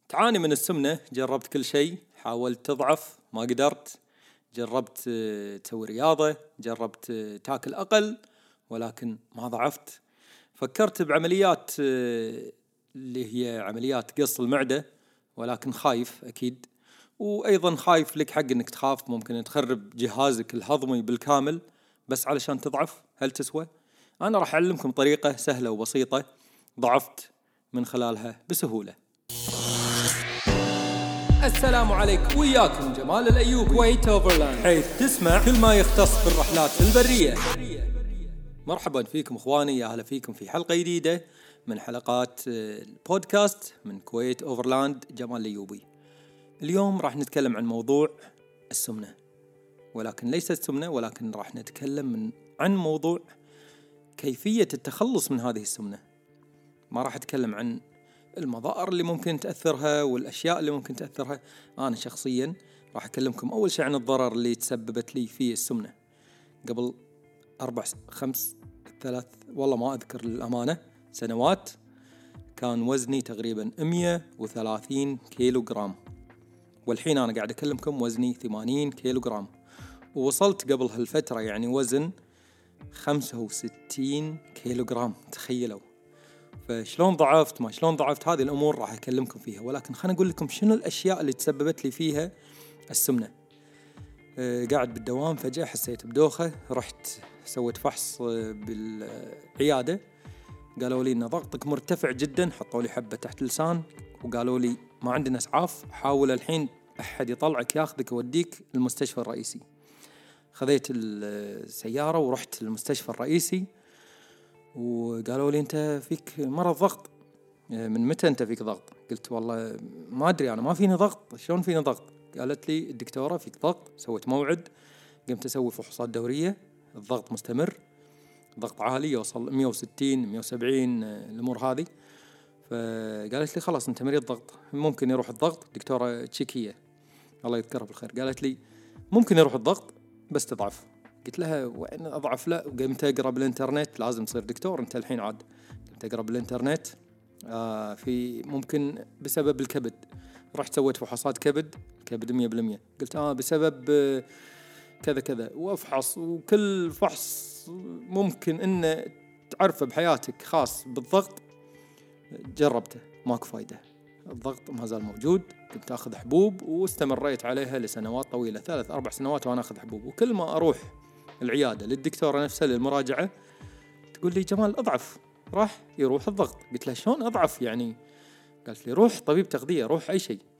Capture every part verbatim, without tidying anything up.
تعاني من السمنة، جربت كل شيء، حاولت تضعف ما قدرت، جربت آه، تسوي رياضة، جربت آه، تاكل أقل ولكن ما ضعفت. فكرت بعمليات آه، اللي هي عمليات قص المعدة، ولكن خايف أكيد، وأيضا خايف لك حق أنك تخاف ممكن تخرب جهازك الهضمي بالكامل بس علشان تضعف. هل تسوى؟ أنا راح أعلمكم طريقة سهلة وبسيطة ضعفت من خلالها بسهولة. السلام عليكم، وياكم جمال الأيوبي، كويت أوفرلاند، حيث تسمع كل ما يختص بالرحلات البرية. مرحبا فيكم اخواني، يا هلا فيكم في حلقة جديدة من حلقات البودكاست من كويت أوفرلاند جمال الأيوبي. اليوم راح نتكلم عن موضوع السمنة، ولكن ليس السمنة، ولكن راح نتكلم من عن موضوع كيفية التخلص من هذه السمنة. ما راح أتكلم عن المضار اللي ممكن تأثرها والأشياء اللي ممكن تأثرها. أنا شخصيا راح أكلمكم أول شيء عن الضرر اللي تسببت لي فيه السمنة قبل أربع خمس ثلاث والله ما أذكر للأمانة سنوات. كان وزني تقريبا مية وثلاثين كيلو جرام، والحين أنا قاعد أكلمكم وزني ثمانين كيلو جرام، ووصلت قبل هالفترة يعني وزن خمسة وستين كيلو جرام. تخيلوا. فشلون ضعفت ما شلون ضعفت هذه الأمور راح أكلمكم فيها، ولكن خلنا أقول لكم شنو الأشياء اللي تسببت لي فيها السمنة. أه قاعد بالدوام فجأة حسيت بدوخة، رحت سويت فحص بالعيادة، قالوا لي إن ضغطك مرتفع جدا، حطوا لي حبة تحت اللسان وقالوا لي ما عندنا إسعاف، حاول الحين أحد يطلعك ياخذك يوديك المستشفى الرئيسي. خذيت السيارة ورحت للمستشفى الرئيسي، وقالوا لي أنت فيك مرض ضغط. من متى أنت فيك ضغط؟ قلت والله ما أدري، أنا ما فيني ضغط. شلون فيني ضغط؟ قالت لي الدكتورة فيك ضغط. سويت موعد، قمت أسوي فحوصات دورية، الضغط مستمر، ضغط عالي يوصل مية وستين مية وسبعين الأمور هذه. فقالت لي خلاص أنت مريض ضغط، ممكن يروح الضغط. دكتورة تشيكية الله يذكرها بالخير، قالت لي ممكن يروح الضغط بس تضعف. قلت لها وين أضعف؟ لا. قمت أقرأ بالإنترنت، لازم تصير دكتور أنت الحين عاد. قمت أقرأ بالإنترنت آه في ممكن بسبب الكبد. رحت سويت فحوصات كبد، كبد مية بالمية. قلت آه بسبب آه كذا كذا، وأفحص، وكل فحص ممكن إنه تعرفه بحياتك خاص بالضغط جربته ماكو فايدة. الضغط ما زال موجود. كنت أخذ حبوب واستمريت عليها لسنوات طويلة، ثلاث أربع سنوات وأنا أخذ حبوب، وكل ما أروح العيادة للدكتورة نفسها للمراجعة تقول لي جمال أضعف، راح يروح الضغط. قلت لها شلون أضعف يعني؟ قالت لي روح طبيب تغذية، روح أي شيء.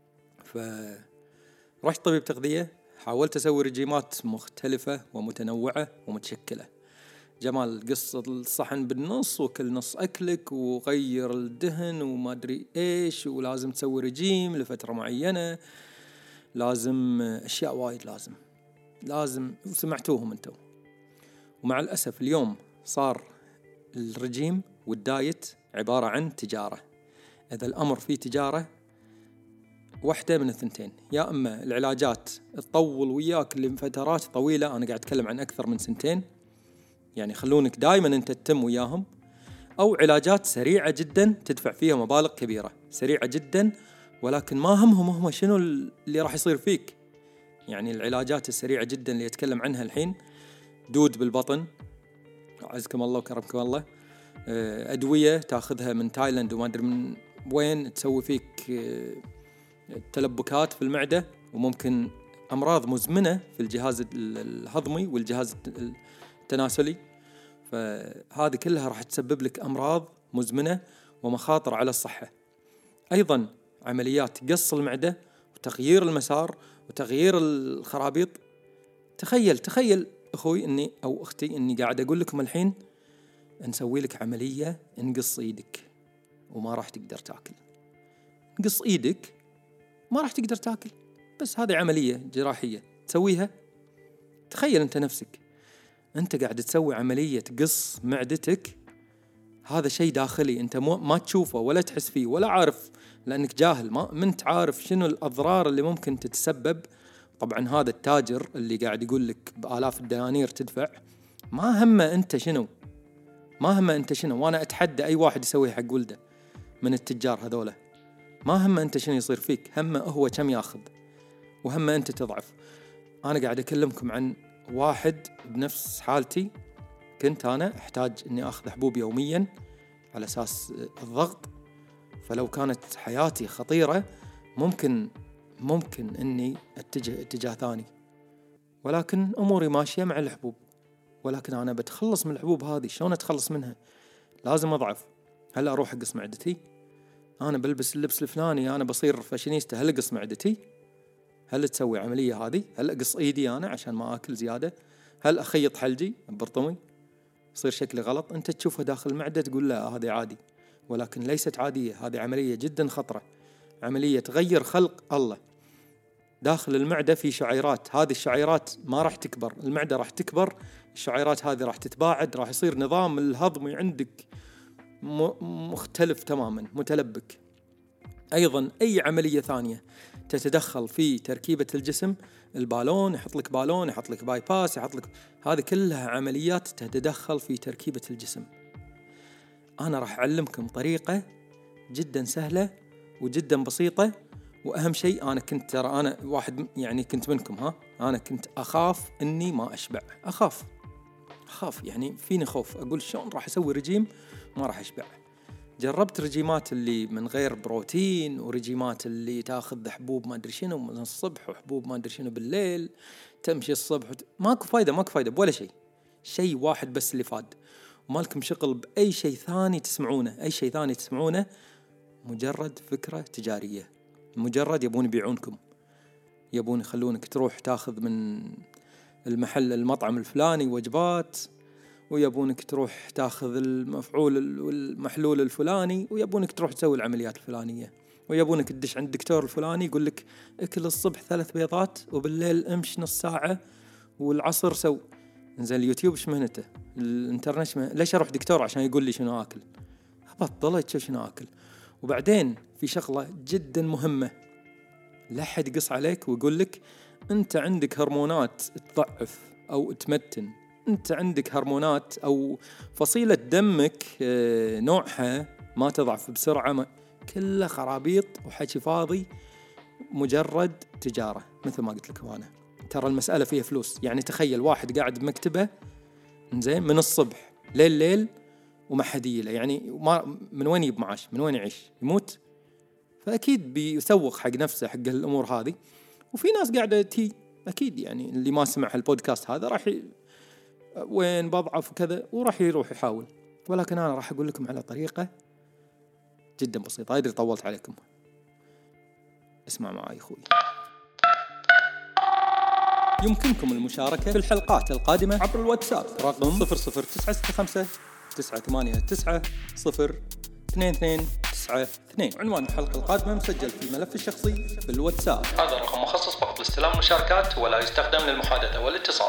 فرحت طبيب تغذية، حاولت أسوي رجيمات مختلفة ومتنوعة ومتشكلة. جمال قص الصحن بالنص وكل نص أكلك، وغير الدهن وما أدري إيش، ولازم تسوي رجيم لفترة معينة، لازم أشياء وايد، لازم لازم وسمعتوهم أنتوا. ومع الأسف اليوم صار الرجيم والدايت عبارة عن تجارة. إذا الأمر فيه تجارة واحدة من الثنتين، يا أما العلاجات تطول وياك لفترات طويلة، أنا قاعد أتكلم عن أكثر من سنتين، يعني خلونك دائما أنت تتم وياهم، أو علاجات سريعة جدا تدفع فيها مبالغ كبيرة سريعة جدا، ولكن ما همهم هم شنو اللي راح يصير فيك. يعني العلاجات السريعة جدا اللي أتكلم عنها الحين، دود بالبطن عزكم الله وكرمكم الله، أدوية تاخذها من تايلاند وما أدري من وين، تسوي فيك تلبكات في المعدة، وممكن أمراض مزمنة في الجهاز الهضمي والجهاز التناسلي. فهذه كلها راح تسبب لك أمراض مزمنة ومخاطر على الصحة. أيضا عمليات قص المعدة وتغيير المسار وتغيير الخرابيط. تخيل تخيل أخوي إني أو أختي إني قاعد أقول لكم الحين نسوي لك عملية نقص إيدك وما راح تقدر تأكل. نقص إيدك ما راح تقدر تأكل، بس هذه عملية جراحية تسويها. تخيل أنت نفسك أنت قاعد تسوي عملية قص معدتك، هذا شيء داخلي أنت ما تشوفه ولا تحس فيه ولا عارف، لأنك جاهل، ما منت عارف شنو الأضرار اللي ممكن تتسبب. طبعا هذا التاجر اللي قاعد يقول لك بآلاف الدنانير تدفع، ما همه أنت شنو، ما همه أنت شنو. وأنا أتحدى أي واحد يسوي حق ولده من التجار هذولا، ما همه أنت شنو يصير فيك، همه هو كم ياخذ، وهمه أنت تضعف. أنا قاعد أكلمكم عن واحد بنفس حالتي، كنت أنا أحتاج أني أخذ حبوب يوميا على أساس الضغط، فلو كانت حياتي خطيرة ممكن ممكن أني أتجه اتجاه ثاني، ولكن أموري ماشية مع الحبوب. ولكن أنا بتخلص من الحبوب هذه، شلون أتخلص منها؟ لازم أضعف. هل أروح أقص معدتي؟ أنا بلبس اللبس الفلاني، أنا بصير فاشينيستا، هل أقص معدتي؟ هل تسوي عملية هذه؟ هل أقص إيدي أنا عشان ما أكل زيادة؟ هل أخيط حلجي ببرطمي يصير شكلي غلط؟ أنت تشوفها داخل المعدة تقول لا هذه عادي، ولكن ليست عادية. هذه عملية جدا خطرة، عملية تغير خلق الله. داخل المعدة في شعيرات، هذه الشعيرات ما راح تكبر، المعدة راح تكبر، الشعيرات هذه راح تتباعد، راح يصير نظام الهضمي عندك مختلف تماما، متلبك. أيضا أي عملية ثانية تتدخل في تركيبة الجسم، البالون يحط لك بالون، يحط لك باي باس، يحط لك، هذه كلها عمليات تتدخل في تركيبة الجسم. أنا راح أعلمكم طريقة جدا سهلة وجدا بسيطة. وأهم شيء، أنا كنت ترى أنا واحد يعني كنت منكم، ها أنا كنت أخاف إني ما أشبع، أخاف أخاف يعني فيني خوف، أقول شلون راح أسوي رجيم ما راح أشبع. جربت رجيمات اللي من غير بروتين، ورجيمات اللي تاخذ حبوب ما أدري شنو من الصبح وحبوب ما أدري شنو بالليل، تمشي الصبح وت... ماكو فايدة ماكو فايدة بولا شيء. شيء واحد بس اللي فاد، ومالكم شغل بأي شيء ثاني تسمعونه، أي شيء ثاني تسمعونه مجرد فكرة تجارية، مجرد يبون يبيعونكم، يبون يخلونك تروح تاخذ من المحل المطعم الفلاني وجبات، ويبونك تروح تاخذ المفعول والمحلول الفلاني، ويبونك تروح تسوي العمليات الفلانية، ويبونك تدش عند الدكتور الفلاني يقول لك اكل الصبح ثلاث بيضات وبالليل امش نص ساعة والعصر سو. زين اليوتيوب ايش مهنته؟ الانترنت شمهنته؟ ليش اروح دكتور عشان يقول لي شنو اكل؟ بطلت تشوف شنو اكل. وبعدين في شغلة جدا مهمة، لا حد يقص عليك ويقول لك انت عندك هرمونات تضعف او تمتن، انت عندك هرمونات او فصيلة دمك نوعها ما تضعف بسرعة، ما كله خرابيط وحكي فاضي، مجرد تجارة. مثل ما قلت لكم أنا، ترى المسألة فيها فلوس. يعني تخيل واحد قاعد بمكتبه زين من الصبح ليل ليل وما حد يله، يعني ما من وين يجيب معاش؟ من وين يعيش؟ يموت. فأكيد بيسوق حق نفسه حق الأمور هذه. وفي ناس قاعدة تي أكيد، يعني اللي ما سمع البودكاست هذا راح ي... وين بضعف وكذا وراح يروح يحاول. ولكن أنا راح أقول لكم على طريقة جدا بسيطة. أدري طولت عليكم، اسمع معي أخوي. يمكنكم المشاركة في الحلقات القادمة عبر الواتساب رقم صفر صفر تسعة ستة خمسة تسعة ثمانية تسعة صفر اثنين اثنين تسعة اثنين. عنوان الحلقة القادمة مسجل في الملف الشخصي في الواتساب. هذا رقم مخصص فقط لاستلام مشاركات ولا يستخدم للمحادثة والاتصال.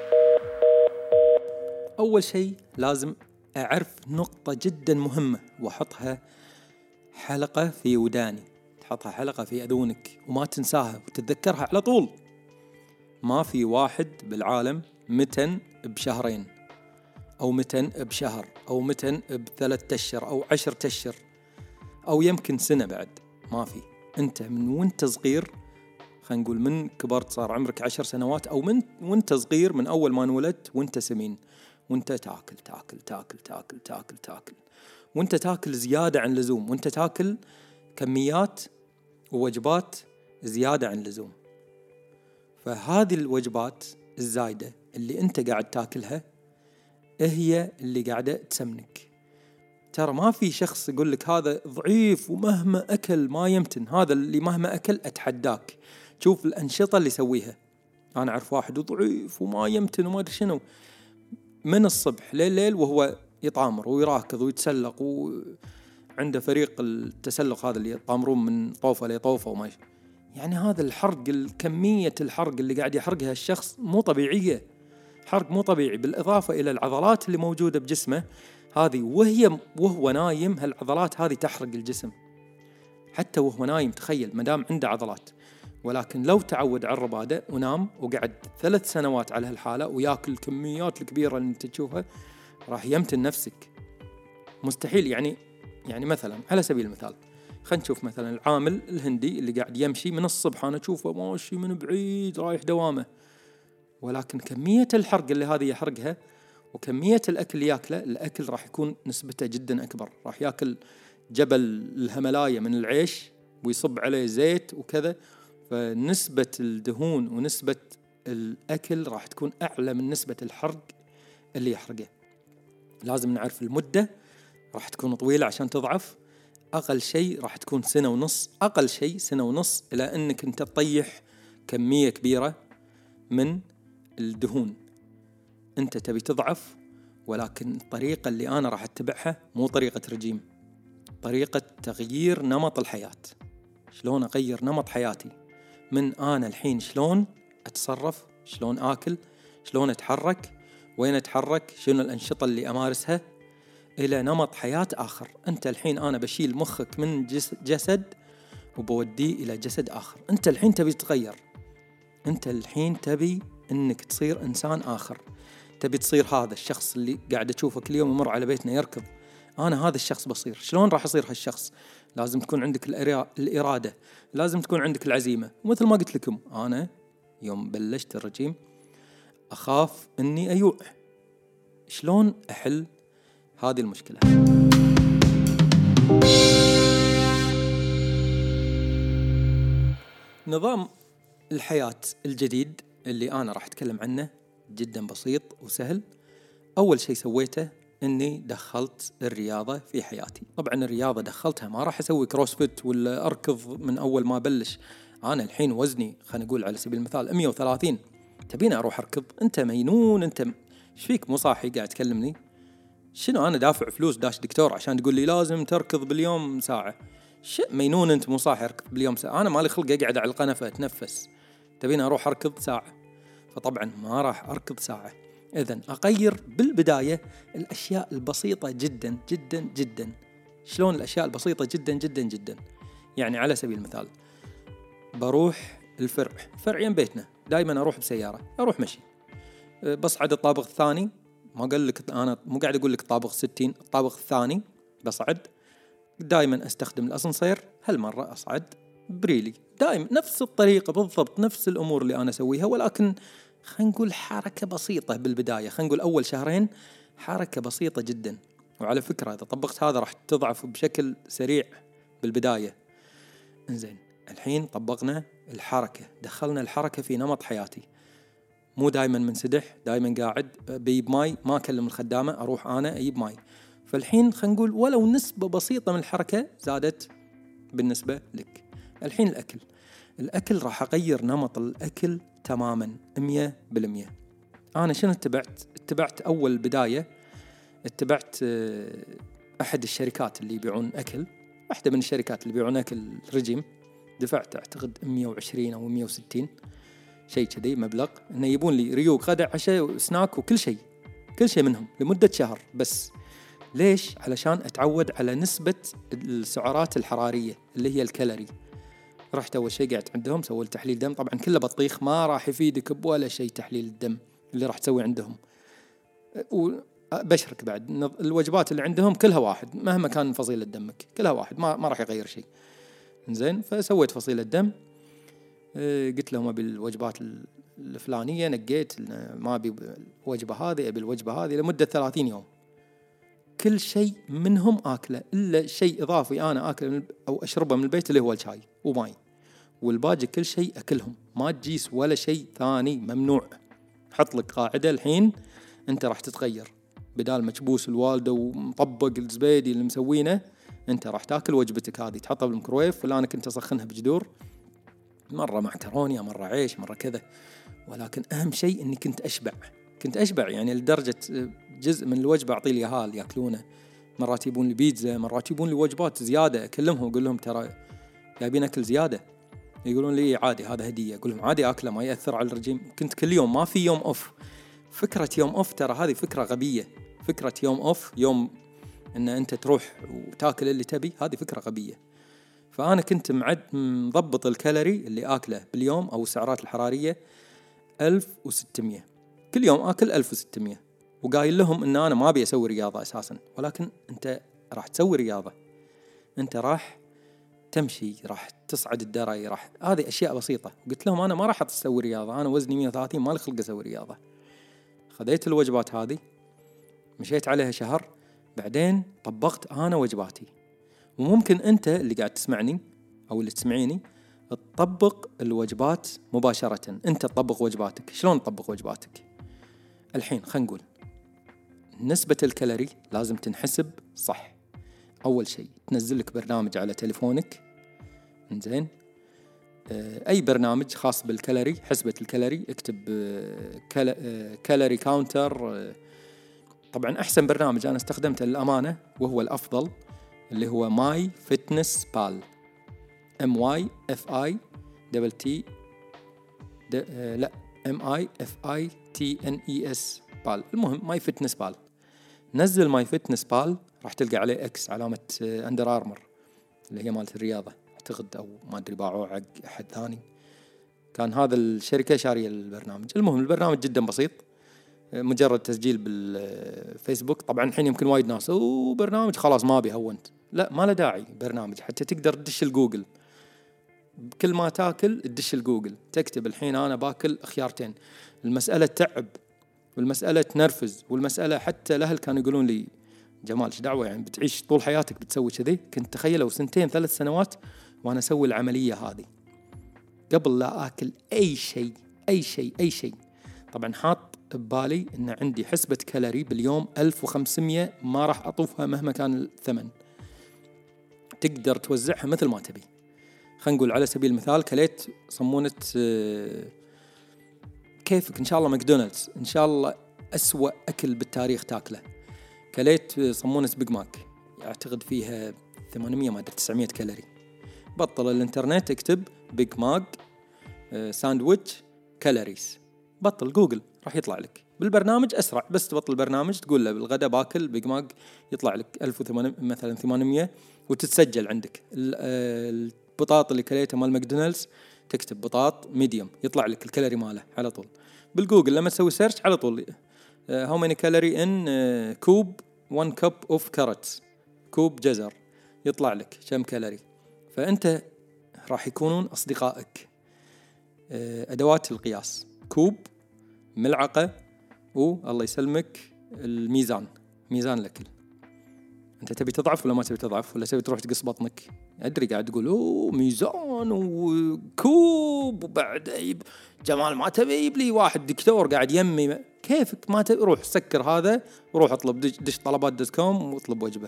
أول شيء لازم أعرف نقطة جدا مهمة وأحطها حلقة في وداني، تحطها حلقة في أذونك وما تنساها وتتذكرها على طول. ما في واحد بالعالم متن بشهرين أو متن بشهر أو متن بثلاثة أشهر أو عشرة أشهر أو يمكن سنة بعد. ما في. أنت من وانت صغير، خلينا نقول من كبرت صار عمرك عشر سنوات، أو من وانت صغير من أول ما انولدت وانت سمين، وانت تاكل تاكل تاكل تاكل تاكل تاكل وانت تاكل زيادة عن اللزوم، وانت تاكل كميات ووجبات زيادة عن اللزوم. فهذه الوجبات الزايدة اللي انت قاعد تاكلها هي اللي قاعدة تسمنك. ترى ما في شخص يقول لك هذا ضعيف ومهما أكل ما يمتن. هذا اللي مهما أكل أتحداك، شوف الأنشطة اللي يسويها. أنا أعرف واحد ضعيف وما يمتن وما أدري شنو، من الصبح ليل ليل وهو يطامر ويراكض ويتسلق، وعنده فريق التسلق هذا اللي يطامرون من طوفة لطوفة وما يشبه. يعني هذا الحرق، الكمية الحرق اللي قاعد يحرقها الشخص مو طبيعية، حرق مو طبيعي. بالإضافة إلى العضلات اللي موجودة بجسمه هذه، وهي وهو نايم هالعضلات هذه تحرق الجسم حتى وهو نايم. تخيل مدام عنده عضلات، ولكن لو تعود على الربادة ونام وقعد ثلاث سنوات على هالحالة وياكل الكميات الكبيرة اللي انت تشوفها، راح يمتن نفسك. مستحيل. يعني يعني مثلا على سبيل المثال، خلينا نشوف مثلا العامل الهندي اللي قاعد يمشي من الصبح، أنا أشوفه ماشي من بعيد رايح دوامه، ولكن كمية الحرق اللي هذه يحرقها وكمية الأكل اللي يأكله، الأكل راح يكون نسبته جدا أكبر. راح يأكل جبل الهملايا من العيش ويصب عليه زيت وكذا، فنسبة الدهون ونسبة الأكل راح تكون أعلى من نسبة الحرق اللي يحرقه. لازم نعرف المدة راح تكون طويلة عشان تضعف، أقل شيء راح تكون سنة ونص، أقل شيء سنة ونص إلى أنك أنت تطيح كمية كبيرة من الدهون. أنت تبي تضعف، ولكن الطريقة اللي أنا راح أتبعها مو طريقة رجيم، طريقة تغيير نمط الحياة. شلون أغير نمط حياتي من أنا الحين شلون أتصرف، شلون آكل، شلون أتحرك، وين أتحرك، شنو الأنشطة اللي أمارسها، إلى نمط حياة آخر. أنت الحين أنا بشيل مخك من جسد وبوديه إلى جسد آخر. أنت الحين تبي تتغير، أنت الحين تبي أنك تصير إنسان آخر، تبي تصير هذا الشخص اللي قاعد أشوفه كل يوم يمر على بيتنا يركض. أنا هذا الشخص بصير. شلون راح أصير هالشخص؟ لازم تكون عندك الإرادة، لازم تكون عندك العزيمة. ومثل ما قلت لكم، أنا يوم بلشت الرجيم أخاف أني أيوع. شلون أحل هذه المشكلة؟ نظام الحياة الجديد اللي أنا راح أتكلم عنه جدا بسيط وسهل. أول شيء سويته أني دخلت الرياضة في حياتي. طبعا الرياضة دخلتها، ما راح أسوي كروسفيت ولا أركض من أول ما بلش. أنا الحين وزني خلينا نقول على سبيل المثال مية وثلاثين، تبيني أروح أركض؟ أنت مينون، أنت إيش فيك مو صاحي قاعد تكلمني؟ شنو أنا دافع فلوس داش دكتور عشان تقول لي لازم تركض باليوم ساعة؟ شو مينون أنت مو صاحي أركض باليوم ساعة؟ أنا مالي خلق أقعد على القنفة أتنفس، تبيني أروح أركض ساعة؟ فطبعا ما راح أركض ساعة. إذن أغير بالبداية الأشياء البسيطة جدا جدا جدا. شلون الأشياء البسيطة جدا جدا جدا؟ يعني على سبيل المثال بروح الفرع، فرع يم بيتنا، دائما أروح بسيارة، أروح مشي، بصعد الطابق الثاني. ما قال لك أنا مو قاعد أقول لك طابق ستين، الطابق الثاني بصعد. دائما أستخدم الأسانسير، هالمرة أصعد بريلي. دائما نفس الطريقة بالضبط، نفس الأمور اللي أنا أسويها، ولكن خلينا نقول حركة بسيطة بالبداية. خلينا نقول أول شهرين حركة بسيطة جدا. وعلى فكرة إذا طبقت هذا راح تضعف بشكل سريع بالبداية. إنزين، الحين طبقنا الحركة، دخلنا الحركة في نمط حياتي. مو دائما منسدح، دائما قاعد بيب ماي، ما أكلم الخدامة، أروح أنا أجيب ماي. فالحين خلينا نقول ولو نسبة بسيطة من الحركة زادت بالنسبة لك. الحين الأكل، الأكل راح أغير نمط الأكل تماما مية بالمية. أنا شنو اتبعت؟ اتبعت أول بداية اتبعت أحد الشركات اللي يبيعون أكل، واحدة من الشركات اللي يبيعون أكل رجيم. دفعت أعتقد مية وعشرين أو مية وستين شيء كذي مبلغ، إنه يبون لي ريوق غدا عشاء وسناك وكل شيء، كل شيء منهم لمدة شهر بس. ليش؟ علشان أتعود على نسبة السعرات الحرارية اللي هي الكالوري. رحت أول شيء قعدت عندهم، سويت تحليل دم. طبعا كله بطيخ، ما راح يفيدك بولا شيء تحليل الدم اللي راح تسوي عندهم. وبشرك بعد الوجبات اللي عندهم كلها واحد، مهما كان فصيلة دمك كلها واحد، ما ما راح يغير شيء. زين، فسويت فصيلة دم، قلت لهم أبي الوجبات الفلانية، نقيت ما أبي الوجبة هذه، أبي الوجبة هذه، لمدة ثلاثين يوم. كل شيء منهم آكله إلا شيء إضافي أنا آكله أو أشربه من البيت اللي هو الشاي وماي، والباقي كل شيء أكلهم. ما تجيس ولا شيء ثاني، ممنوع. حط لك قاعدة الحين، أنت راح تتغير. بدال مكبوس الوالدة ومطبق الزبيدي اللي مسوينه، أنت راح تأكل وجبتك هذه، تحطها بالميكروويف، ولا أنا كنت أسخنها بجدور، مرة معكرونيا مرة عيش مرة كذا. ولكن أهم شيء أني كنت أشبع، كنت أشبع يعني لدرجة جزء من الوجبة أعطي لي أهال يأكلونه. مرات يبون لي بيتزا، مرات يبون لي وجبات زيادة، أكلمهم وأقول لهم ترى جايبين أكل زيادة. يقولون لي عادي هذا هدية، أقول لهم عادي أكله، ما يأثر على الرجيم. كنت كل يوم، ما في يوم أوف. فكرة يوم أوف ترى هذه فكرة غبية. فكرة يوم أوف، يوم أن أنت تروح وتأكل اللي تبي، هذه فكرة غبية. فأنا كنت معد مضبط الكالوري اللي أكله باليوم أو السعرات الحرارية ألف وستمية كل يوم، أكل ألف وستمية. وقايل لهم إن أنا ما أبي أسوي رياضة أساسا، ولكن أنت راح تسوي رياضة، أنت راح تمشي، راح تصعد الدرج، راح هذه أشياء بسيطة. قلت لهم أنا ما راح أسوي رياضة، أنا وزني مية وثلاثين ما لي خلق أسوي رياضة. خذيت الوجبات هذه مشيت عليها شهر، بعدين طبقت أنا وجباتي. وممكن أنت اللي قاعد تسمعني أو اللي تسمعيني تطبق الوجبات مباشرة. أنت تطبق وجباتك. شلون تطبق وجباتك؟ الحين خلينا نقول نسبة الكالوري لازم تنحسب صح. أول شيء تنزل لك برنامج على تليفونك، إنزين، أي برنامج خاص بالكالوري، حسبة الكالوري، اكتب كالوري كاونتر. طبعا أحسن برنامج أنا استخدمته للأمانة وهو الأفضل اللي هو ماي فيتنس بال، ام واي اف اي دبل تي لا ام اي اف اي تي ان اي اس بال. المهم ماي فيتنس بال. نزل ماي فيتنس بال، راح تلقى عليه اكس علامة اندر ارمر اللي هي مالت الرياضة اعتقد، او ما ادري باعوه حق احد ثاني. كان هذا الشركة شارية البرنامج. المهم البرنامج جدا بسيط، مجرد تسجيل بالفيسبوك. طبعا الحين يمكن وايد ناس وبرنامج خلاص ما بي هونت، لا ما له داعي. برنامج حتى تقدر تدش الجوجل، كل ما تاكل تدش الجوجل تكتب الحين أنا باكل خيارتين. المسألة تعب والمسألة تنرفز والمسألة حتى الأهل كانوا يقولون لي جمال ايش دعوة يعني بتعيش طول حياتك بتسوي كذي؟ كنت تخيلوا سنتين ثلاث سنوات وأنا أسوي العملية هذه قبل لا آكل أي شيء أي شيء أي شيء. طبعا حاط ببالي إن عندي حسبة كالوري باليوم ألف وخمسمية ما راح أطوفها مهما كان الثمن، تقدر توزعها مثل ما تبي. خلينا نقول على سبيل المثال كليت صمونة كيفك إن شاء الله ماكدونالدز، إن شاء الله أسوأ أكل بالتاريخ تاكله، كليت صمونة بيج ماك أعتقد فيها ثمانمية ما أدري تسعمية كالوري. بطل الانترنت اكتب بيج ماك ساندويتش كالوريز، بطل جوجل راح يطلع لك بالبرنامج أسرع. بس تبطل البرنامج تقول له بالغداء باكل بيج ماك يطلع لك ألف وثمانمية مثلا ثمانمية وتتسجل عندك. البطاط اللي كليته مال ماكدونالدز تكتب بطاط ميديوم يطلع لك الكالوري ماله على طول بالجوجل. لما تسوي سيرش على طول how many calorie in كوب one cup of carrots، كوب جزر يطلع لك كم كالوري. فأنت راح يكونون أصدقائك أدوات القياس، كوب، ملعقة، والله يسلمك الميزان، ميزان الأكل. أنت تبي تضعف ولا ما تبي تضعف، ولا تبي تروح تقص بطنك؟ أدري قاعد تقول أوه ميزان وكوب وبعد يب جمال ما تبي يجيب لي واحد دكتور قاعد يمي. كيفك ما تبي روح سكر هذا وروح اطلب دش طلبات دوت كوم واطلب وجبة.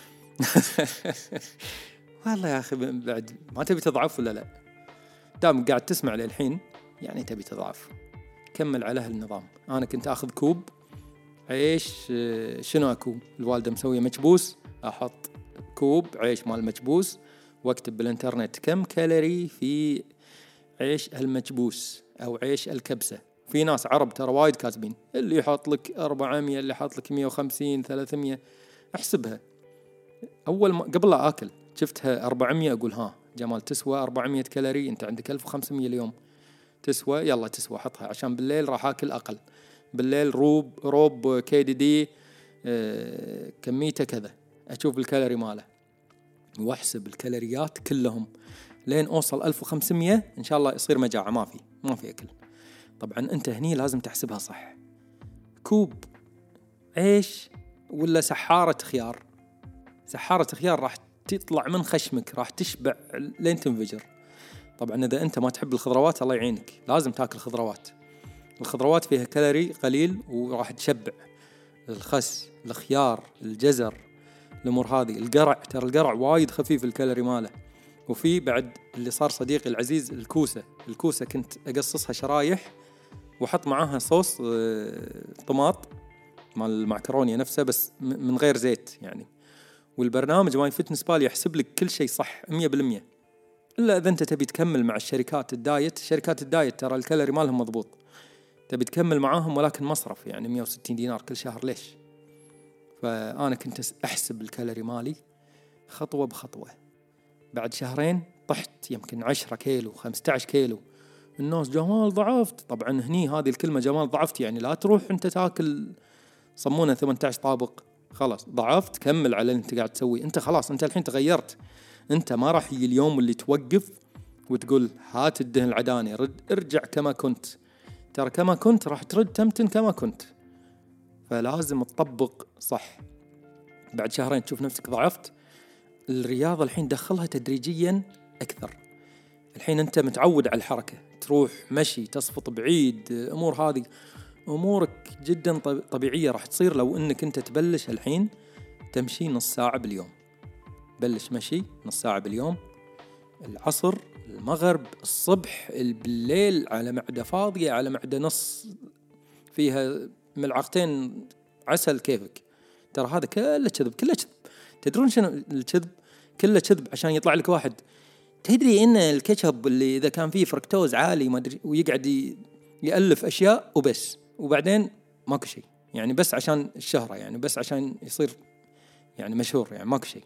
والله يا أخي بعد ما تبي تضعف ولا لا؟ دام قاعد تسمع لي الحين يعني تبي تضعف، كمل على هالنظام. أنا كنت أخذ كوب عيش، شنو أكو الوالدة مسوية مكبوس، أحط كوب عيش مال مكبوس واكتب بالإنترنت كم كالوري في عيش المكبوس أو عيش الكبسة. في ناس عرب ترى وايد كاتبين، اللي يحط لك أربعمية اللي يحط لك مية وخمسين ثلاثمية. أحسبها أول ما قبل لا أكل شفتها أربعمية أقول ها جمال تسوى أربعمية كالوري، أنت عندك ألف وخمسمية اليوم تسوى، يلا تسوى حطها عشان بالليل راح أكل أقل. بالليل روب روب كي دي دي اه كميته كذا، أشوف الكالوري ماله وأحسب الكالوريات كلهم لين أوصل ألف وخمسمية إن شاء الله يصير مجاعة، ما في ما في أكل. طبعا أنت هني لازم تحسبها صح. كوب عيش ولا سحارة خيار، سحارة خيار راح تطلع من خشمك، راح تشبع لين تنفجر. طبعا إذا أنت ما تحب الخضروات الله يعينك، لازم تاكل خضروات. الخضروات فيها كالوري قليل وراح تشبع. الخس، الخيار، الجزر، الأمور هذه. القرع ترى القرع وايد خفيف الكالوري ماله. وفي بعد اللي صار صديقي العزيز الكوسة، الكوسة كنت أقصصها شرايح وحط معاها صوص طماط مال المعكرونية نفسها بس من غير زيت يعني. والبرنامج ماي فيتنس بال يحسب لك كل شيء صح مية بالمية. إلا إذا أنت تبي تكمل مع الشركات الدايت، شركات الدايت ترى الكالوري مالهم مضبوط، تبي تكمل معاهم ولكن مصرف يعني مية وستين دينار كل شهر. ليش؟ فأنا كنت أحسب الكالوري مالي خطوة بخطوة. بعد شهرين طحت يمكن عشرة كيلو خمسة عشر كيلو. الناس جمال ضعفت. طبعا هني هذه الكلمة جمال ضعفت يعني لا تروح أنت تاكل صمونة ثمانية عشر طابق خلاص ضعفت، كمل على اللي أنت قاعد تسوي. أنت خلاص أنت الحين تغيرت، أنت ما راح يجي اليوم اللي توقف وتقول هات الدهن العداني رد ارجع كما كنت. ترى كما كنت راح ترد تمتن كما كنت. فلازم تطبق صح. بعد شهرين تشوف نفسك ضعفت. الرياضة الحين دخلها تدريجيا أكثر. الحين أنت متعود على الحركة، تروح مشي، تصفط بعيد، أمور هذه أمورك جدا طبيعية راح تصير لو أنك أنت تبلش الحين تمشي نص ساعة باليوم. بلش مشي نص ساعة باليوم، العصر، المغرب، الصبح، بالليل، على معدة فاضية، على معدة نص فيها ملعقتين عسل، كيفك. ترى هذا كله كذب، كله كذب. تدرون شنو الكذب؟ كله كذب عشان يطلع لك واحد تدري ان الكاتشب اللي اذا كان فيه فركتوز عالي ما ادري، ويقعد يألف اشياء وبس، وبعدين ماكو شيء، يعني بس عشان الشهرة، يعني بس عشان يصير يعني مشهور، يعني ماكو شيء.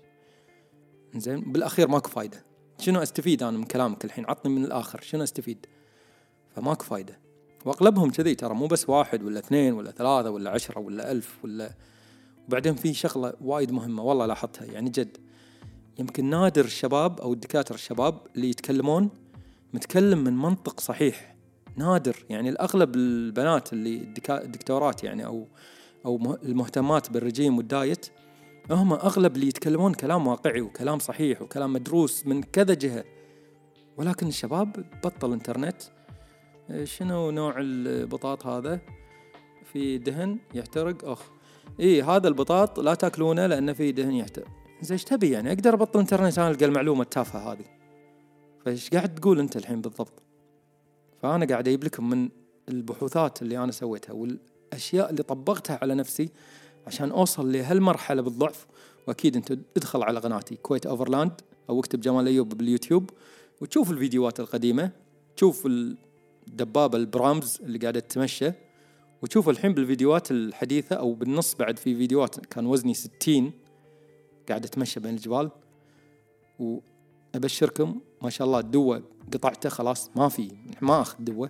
زين، بالاخير ماكو فايدة. شنو استفيد انا من كلامك الحين؟ عطني من الاخر شنو استفيد؟ فماكو فايدة. واغلبهم كذي، ترى مو بس واحد ولا اثنين ولا ثلاثة ولا عشرة ولا ألف ولا. وبعدين في شغلة وايد مهمة والله لاحظتها، يعني جد يمكن نادر الشباب أو الدكاترة الشباب اللي يتكلمون متكلم من منطق صحيح، نادر. يعني الأغلب البنات اللي الدكتورات يعني أو أو المهتمات بالرجيم والدايت، هم أغلب اللي يتكلمون كلام واقعي وكلام صحيح وكلام مدروس من كذا جهة. ولكن الشباب بطل انترنت، شنو نوع البطاط هذا؟ في دهن يحترق، أخ إيه هذا البطاط لا تاكلونه لأنه فيه دهن يحترق. زي ايش تبي يعني؟ اقدر ابطل انترنت انا القى المعلومه التافهه هذه؟ فايش قاعد تقول انت الحين بالضبط؟ فانا قاعد اجيب لكم من البحوثات اللي انا سويتها والاشياء اللي طبقتها على نفسي عشان اوصل لهالمرحله بالضعف. واكيد انت ادخل على قناتي كويت اوفرلاند او اكتب جمال ايوب باليوتيوب وتشوف الفيديوهات القديمه، تشوف الدبابه البرامز اللي قاعده تتمشى، وتشوف الحين بالفيديوهات الحديثه او بالنص بعد في فيديوهات كان وزني ستين قاعد اتمشى بين الجبال. وابشركم ما شاء الله الدواء قطعته خلاص، ما في، ما اخذ دواء،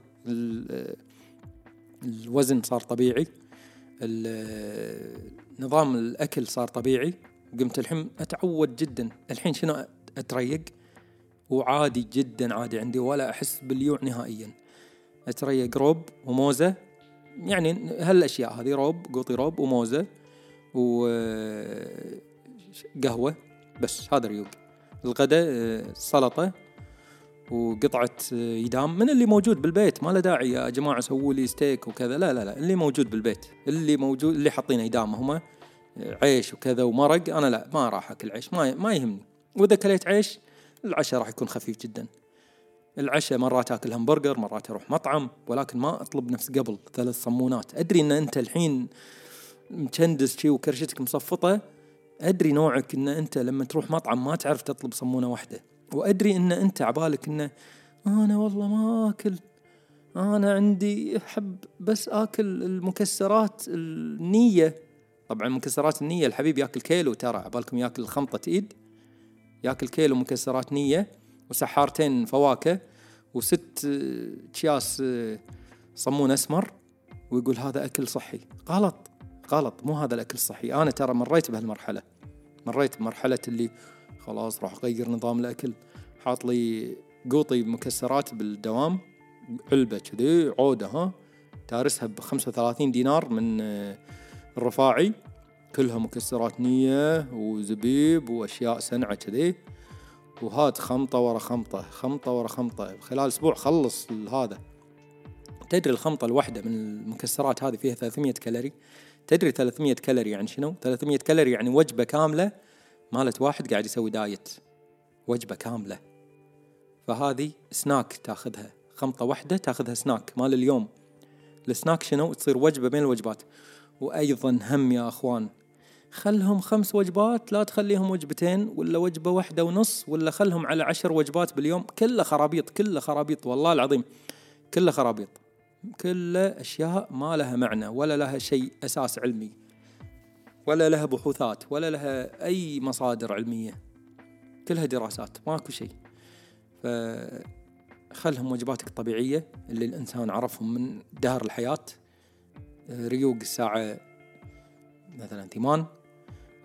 الوزن صار طبيعي، نظام الاكل صار طبيعي. قمت الحين اتعود جدا. الحين شنو اتريق وعادي جدا، عادي عندي ولا احس باليوع نهائيا. اتريق روب وموزه، يعني هالاشياء هذه، روب قوطي روب وموزه وقهوة بس، هذا ريوق. الغداء سلطة وقطعة يدام من اللي موجود بالبيت، ما له داعي يا جماعة سووا لي ستيك وكذا، لا لا لا، اللي موجود بالبيت، اللي موجود، اللي حاطين يدام هما عيش وكذا ومرق. أنا لا، ما راح أكل عيش، ما ما يهمني. وإذا كليت عيش العشاء راح يكون خفيف جدا. العشاء مرات أكل همبرجر، مرات أروح مطعم، ولكن ما أطلب نفس قبل ثلاث صمونات. أدري إن أنت الحين مشندس شي وكرشتك مصفطة، أدري نوعك إن أنت لما تروح مطعم ما تعرف تطلب صمونة واحدة، وأدري إن أنت عبالك إن أنا والله ما أكل، أنا عندي أحب بس أكل المكسرات النية. طبعا مكسرات النية الحبيب يأكل كيلو، ترى عبالكم يأكل خمطة إيد، يأكل كيلو مكسرات نية وسحارتين فواكه وست أكياس صمون أسمر، ويقول هذا أكل صحي. غلط غلط، مو هذا الأكل الصحي. أنا ترى مريت بهالمرحلة، مريت بمرحلة اللي خلاص راح أغير نظام الأكل، حاط لي قوطي مكسرات بالدوام، علبة كذي عودة ها تارسها بخمسة وثلاثين دينار من الرفاعي، كلها مكسرات نية وزبيب وأشياء سنعة كذي، وهات خمطة ورا خمطة، خمطة ورا خمطة، خلال أسبوع خلص هذا. تدري الخمطة الواحدة من المكسرات هذه فيها ثلاثمية كالوري؟ تدري ثلاثمية كالوري يعني شنو؟ ثلاثمية كالوري يعني وجبة كاملة مالت واحد قاعد يسوي دايت، وجبة كاملة. فهذه سناك تاخذها، خمطة واحدة تاخذها سناك مال اليوم. السناك شنو؟ تصير وجبة بين الوجبات. وأيضا هم يا أخوان، خلهم خمس وجبات، لا تخليهم وجبتين ولا وجبة واحدة ونص، ولا خلهم على عشر وجبات باليوم. كله خرابيط، كله خرابيط والله العظيم، كله خرابيط، كله أشياء ما لها معنى ولا لها شيء أساس علمي ولا لها بحوثات ولا لها أي مصادر علمية، كلها دراسات، ماكو شيء. فخلهم وجباتك الطبيعية اللي الإنسان عرفهم من دهر الحياة. ريوق الساعة مثلا ثمان،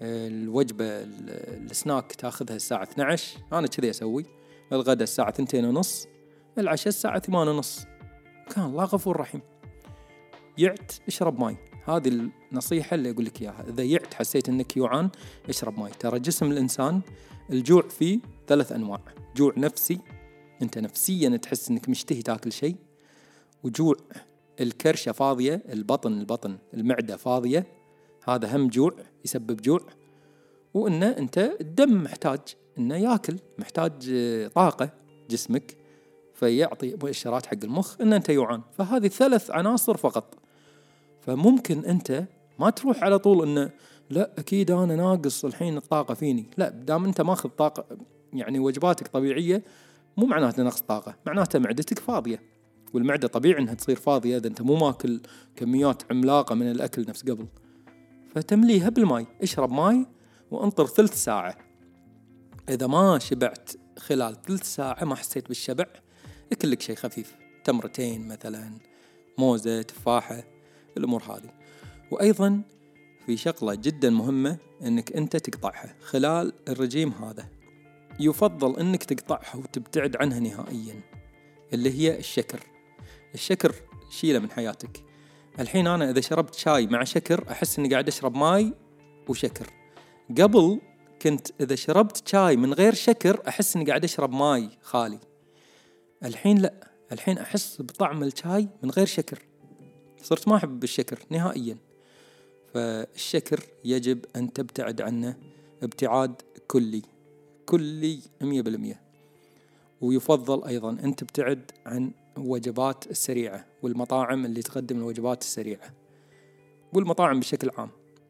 الوجبة السناك تاخذها الساعة اثني عشر، أنا كذي أسوي. الغداء الساعة اثنتين ونص، العشاء الساعة ثمانية ونص. كان الله غفور رحيم. يعت اشرب ماي، هذه النصيحة اللي أقول لك إياها. إذا يعت حسيت إنك يوعان اشرب ماي. ترى جسم الإنسان الجوع فيه ثلاث أنواع: جوع نفسي، أنت نفسيا تحس إنك مشتهي تاكل شيء، وجوع الكرشة فاضية، البطن البطن المعدة فاضية، هذا هم جوع يسبب جوع. وإنه أنت الدم محتاج إنه يأكل، محتاج طاقة جسمك، فيعطي مؤشرات حق المخ إن أنت يوعان. فهذه ثلاث عناصر فقط. فممكن أنت ما تروح على طول إنه لا أكيد أنا ناقص الحين الطاقة فيني. لا، دام أنت ماخذ طاقة يعني وجباتك طبيعية، مو معناته نقص طاقة، معناته معدتك فاضية. والمعدة طبيعي إنها تصير فاضية إذا أنت مو ماكل كميات عملاقة من الأكل نفس قبل. فتمليها بالماء، اشرب ماي وانطر ثلث ساعة. إذا ما شبعت خلال ثلث ساعة، ما حسيت بالشبع، اكل لك شيء خفيف، تمرتين مثلا، موزة، تفاحة، الأمور هذه. وأيضا في شغلة جدا مهمة أنك أنت تقطعها خلال الرجيم هذا. يفضل أنك تقطعها وتبتعد عنها نهائيا، اللي هي الشكر. الشكر شيله من حياتك. الحين أنا إذا شربت شاي مع شكر أحس أني قاعد أشرب ماي وشكر. قبل كنت إذا شربت شاي من غير شكر أحس أني قاعد أشرب ماي خالي. الحين لا، الحين أحس بطعم الشاي من غير شكر، صرت ما أحب الشكر نهائيا. فالشكر يجب أن تبتعد عنه ابتعاد كلي كلي مية بالمية. ويفضل أيضا أن تبتعد عن الوجبات السريعة والمطاعم اللي تقدم الوجبات السريعة والمطاعم بشكل عام.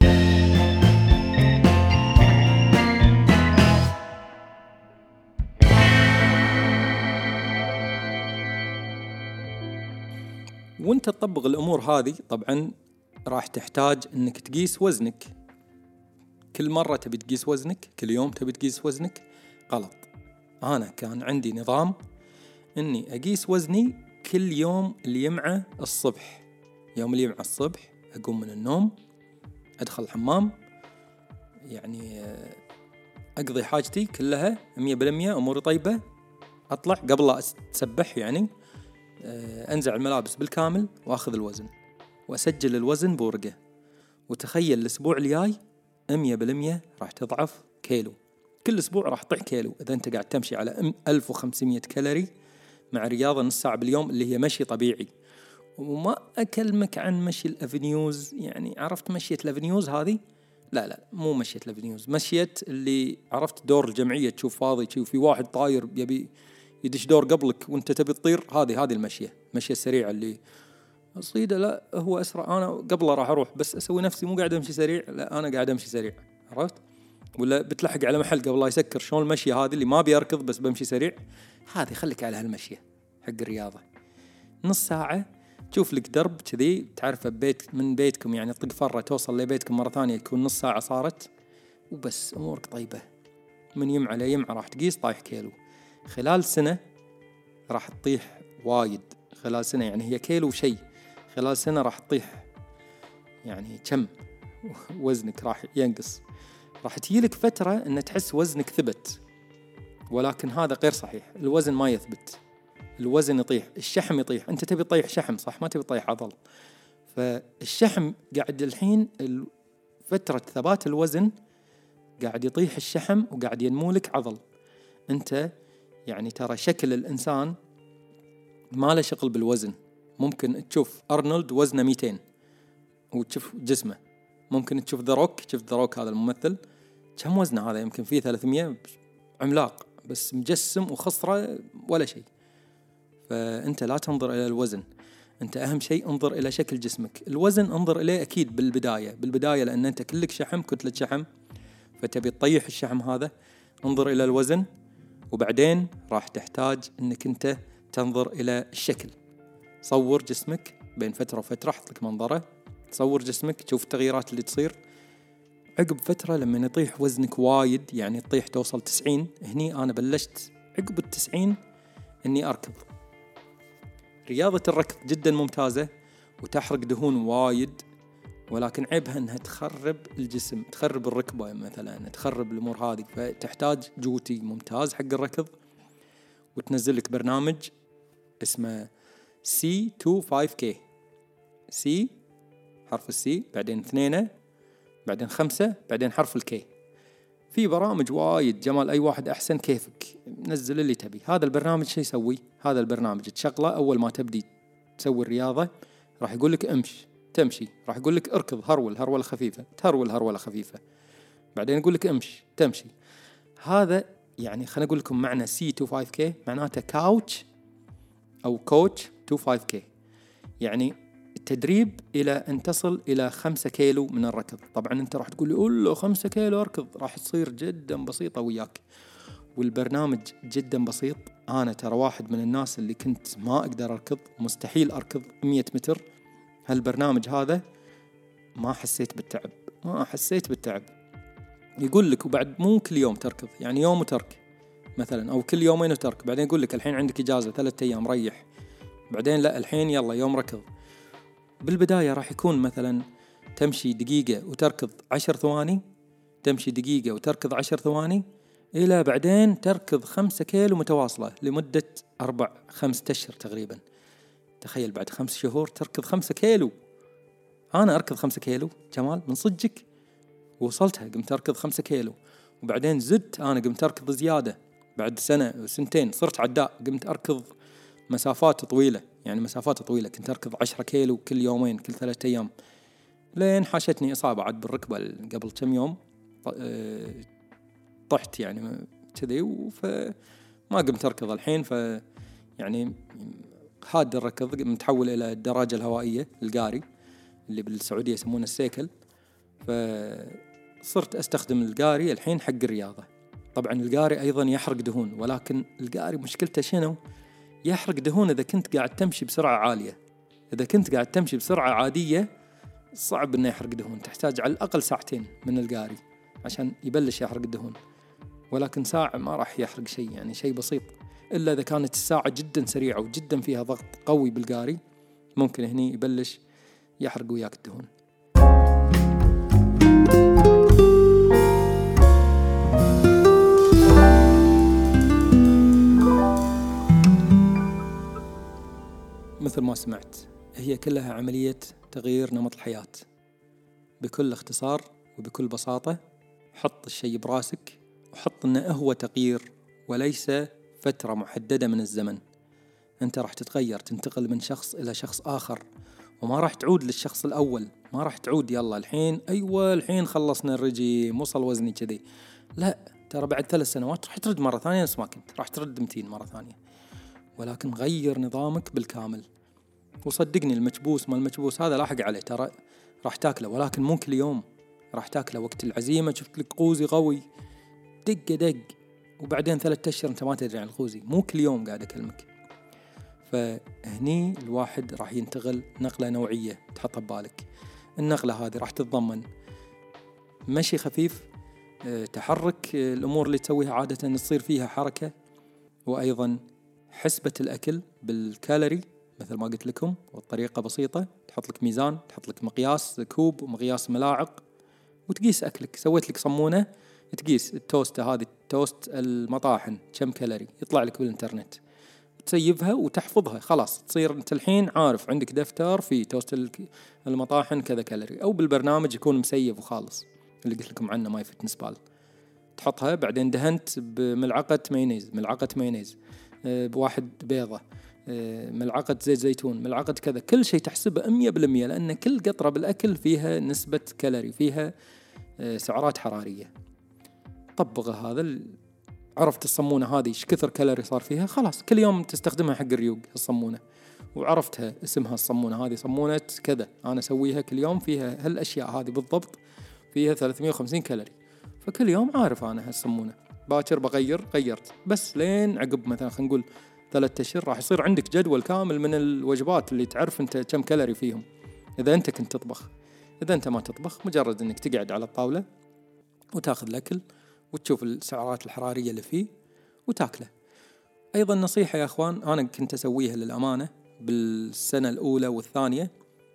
وانت تطبق الأمور هذه طبعا راح تحتاج انك تقيس وزنك. كل مرة تبي تقيس وزنك، كل يوم تبي تقيس وزنك، غلط. أنا كان عندي نظام اني اقيس وزني كل يوم اللي يمعه الصبح. يوم اللي يمعه الصبح اقوم من النوم، ادخل الحمام، يعني اقضي حاجتي كلها مية بالمية، اموري طيبة، اطلع قبل لا اتسبح، يعني انزع الملابس بالكامل واخذ الوزن واسجل الوزن بورقة. وتخيل الاسبوع الجاي مية بالمية راح تضعف كيلو. كل اسبوع راح تطيح كيلو اذا انت قاعد تمشي على ألف وخمسمية كالوري مع رياضة نص ساعة باليوم اللي هي مشي طبيعي. وما أكلمك عن مشي الأفنيوز، يعني عرفت مشية الأفنيوز هذه؟ لا لا، مو مشية الأفنيوز، مشية اللي عرفت دور الجمعية، تشوف فاضي، تشوف في واحد طاير يبي يدش دور قبلك وانت تبي تطير. هذه هذه المشية، مشية السريعة اللي أصيده. لا هو أسرع، أنا قبله راح أروح، بس أسوي نفسي مو قاعد أمشي سريع، لا أنا قاعد أمشي سريع، عرفت؟ ولا بتلحق على محل قبل لا يسكر. شلون المشية هذه اللي ما بيركض بس بمشي سريع؟ هذه خليك على هالمشية حق الرياضة. نص ساعة تشوف لك درب كذي تعرفه ببيت من بيتكم، يعني طق فرة توصل لبيتكم مرة ثانية يكون نص ساعة صارت، وبس أمورك طيبة. من يمعة ليمعة راح تقيس طايح كيلو. خلال سنة راح تطيح وايد. خلال سنة يعني هي كيلو شيء، خلال سنة راح تطيح يعني كم وزنك راح ينقص. راح تجيلك فترة أن تحس وزنك ثبت، ولكن هذا غير صحيح. الوزن ما يثبت، الوزن يطيح، الشحم يطيح. أنت تبي تطيح شحم صح، ما تبي تطيح عضل. فالشحم قاعد الحين فترة ثبات الوزن قاعد يطيح الشحم وقاعد ينمو لك عضل. أنت يعني ترى شكل الإنسان ما له شغل بالوزن. ممكن تشوف أرنولد وزنه مئتين وتشوف جسمه، ممكن تشوف ذا روك، شوف ذا روك هذا الممثل كم وزنه، هذا يمكن فيه ثلاثمية، عملاق بس مجسم وخصره ولا شيء. فأنت لا تنظر إلى الوزن، أنت أهم شيء انظر إلى شكل جسمك. الوزن انظر إليه أكيد بالبداية بالبداية لأن أنت كلك شحم، كتلة شحم، فتبي تطيح الشحم هذا. انظر إلى الوزن، وبعدين راح تحتاج أنك أنت تنظر إلى الشكل. صور جسمك بين فترة وفترة، حط لك منظرة، تصور جسمك، تشوف التغييرات اللي تصير. عقب فترة لما يطيح وزنك وايد، يعني تطيح توصل تسعين، هني أنا بلشت عقب التسعين أني أركض. رياضة الركض جدا ممتازة وتحرق دهون وايد، ولكن عيبها أنها تخرب الجسم، تخرب الركبة مثلا، تخرب الأمور هذه. فتحتاج جوتي ممتاز حق الركض، وتنزل لك برنامج اسمه سي تو فايف كي. سي حرف السي، بعدين اثنين، بعدين خمسة، بعدين حرف الكي. في برامج وايد جمال، أي واحد أحسن كيفك، نزل اللي تبي. هذا البرنامج شو يسوي؟ هذا البرنامج تشغله أول ما تبدي تسوي الرياضة، راح يقول لك امشي، تمشي، راح يقول لك اركض، هرول هرولة خفيفة، تهرول هرولة خفيفة، بعدين يقول لك امشي، تمشي. هذا يعني خليني أقول لكم معنى سي تو فايف كي، معناته كاوتش أو كوتش تو فايف كي، يعني التدريب إلى أن تصل إلى خمسة كيلو من الركض. طبعا أنت راح تقول لي أوه خمسة كيلو أركض، راح تصير جدا بسيطة وياك، والبرنامج جدا بسيط. أنا ترى واحد من الناس اللي كنت ما أقدر أركض، مستحيل أركض مية متر. هالبرنامج هذا ما حسيت بالتعب، ما حسيت بالتعب. يقول لك وبعد مو كل يوم تركض، يعني يوم وترك مثلا، أو كل يومين وترك، بعدين يقول لك الحين عندك إجازة ثلاثة أيام ريح، بعدين لا الحين يلا يوم ركض. بالبداية راح يكون مثلا تمشي دقيقة وتركض عشر ثواني، تمشي دقيقة وتركض عشر ثواني، إلى بعدين تركض خمسة كيلو متواصلة لمدة أربع خمسة أشهر تقريبا. تخيل بعد خمس شهور تركض خمسة كيلو. أنا أركض خمسة كيلو جمال من صدقك، وصلتها قمت أركض خمسة كيلو، وبعدين زدت أنا قمت أركض زيادة. بعد سنة وسنتين صرت عداء، قمت أركض مسافات طويلة، يعني مسافات طويلة كنت أركض عشرة كيلو كل يومين كل ثلاثة أيام، لين حاشتني إصابة عد بالركبة قبل كم يوم، طحت يعني كذي، فما قمت أركض الحين. ف يعني هاد الركض متحول إلى الدراجة الهوائية القاري اللي بالسعودية يسمونه السيكل، فصرت أستخدم القاري الحين حق الرياضة. طبعا القاري أيضا يحرق دهون، ولكن القاري مشكلته شنو؟ يحرق دهون إذا كنت قاعد تمشي بسرعة عالية. إذا كنت قاعد تمشي بسرعة عادية صعب إنه يحرق دهون، تحتاج على الأقل ساعتين من القاري عشان يبلش يحرق الدهون، ولكن ساعة ما راح يحرق شيء، يعني شيء بسيط. إلا إذا كانت الساعة جدا سريعة وجدا فيها ضغط قوي بالقاري، ممكن هني يبلش يحرق وياك الدهون. مثل ما سمعت، هي كلها عملية تغيير نمط الحياة. بكل اختصار وبكل بساطة، حط الشيء براسك وحط أنه هو تغيير وليس فترة محددة من الزمن. أنت راح تتغير، تنتقل من شخص إلى شخص آخر، وما راح تعود للشخص الأول. ما راح تعود يلا الحين أيوة الحين خلصنا الرجيم وصل وزني كذي، لا، ترى بعد ثلاث سنوات راح ترد مرة ثانية نفس ما كنت، راح ترد مئتين مرة ثانية. ولكن غير نظامك بالكامل. وصدقني المكبوس ما المكبوس هذا لاحق عليه، ترى راح تاكله، ولكن مو كل يوم، راح تاكله وقت العزيمة. شفت لك قوزي قوي دق دق، وبعدين ثلاثة أشهر أنت ما تدري عن القوزي، مو كل يوم قاعد أكلمك. فهني الواحد راح ينتقل نقلة نوعية، تحطها ببالك. النقلة هذه راح تتضمن مشي خفيف، تحرك الأمور اللي تسويها عادة تصير فيها حركة، وأيضا حسبة الأكل بالكالوري مثل ما قلت لكم، والطريقة بسيطة، تحط لك ميزان، تحط لك مقياس كوب ومقياس ملاعق وتقيس أكلك. سويت لك صمونة تقيس التوستة هذه، توست المطاحن كم كالوري، يطلع لك بالإنترنت، تسيبها وتحفظها. خلاص تصير أنت الحين عارف، عندك دفتر في توست المطاحن كذا كالوري، أو بالبرنامج يكون مسيب وخالص اللي قلت لكم عنه ماي فتنس بال. تحطها، بعدين دهنت بملعقة مايونيز، ملعقة مايونيز بواحد بيضة، ملعقة زيت زيتون، ملعقة كذا، كل شيء تحسبه مية بالمية، لأن كل قطرة بالأكل فيها نسبة كالوري، فيها سعرات حرارية. طبقه هذا، عرفت الصمونة هذه ايش كثر كالوري صار فيها، خلاص كل يوم تستخدمها حق الريوق الصمونة، وعرفتها اسمها الصمونة هذه صمونة كذا، أنا أسويها كل يوم فيها هالأشياء هذه بالضبط، فيها ثلاثمية وخمسين كالوري، فكل يوم عارف أنا هالصمونة. باكر بغير، غيرت بس لين عقب مثلا خلينا نقول ثلاثة أشهر راح يصير عندك جدول كامل من الوجبات اللي تعرف أنت كم كالوري فيهم، إذا أنت كنت تطبخ. إذا أنت ما تطبخ، مجرد أنك تقعد على الطاولة وتاخذ الأكل وتشوف السعرات الحرارية اللي فيه وتاكله. أيضا نصيحة يا أخوان أنا كنت أسويها للأمانة بالسنة الأولى والثانية،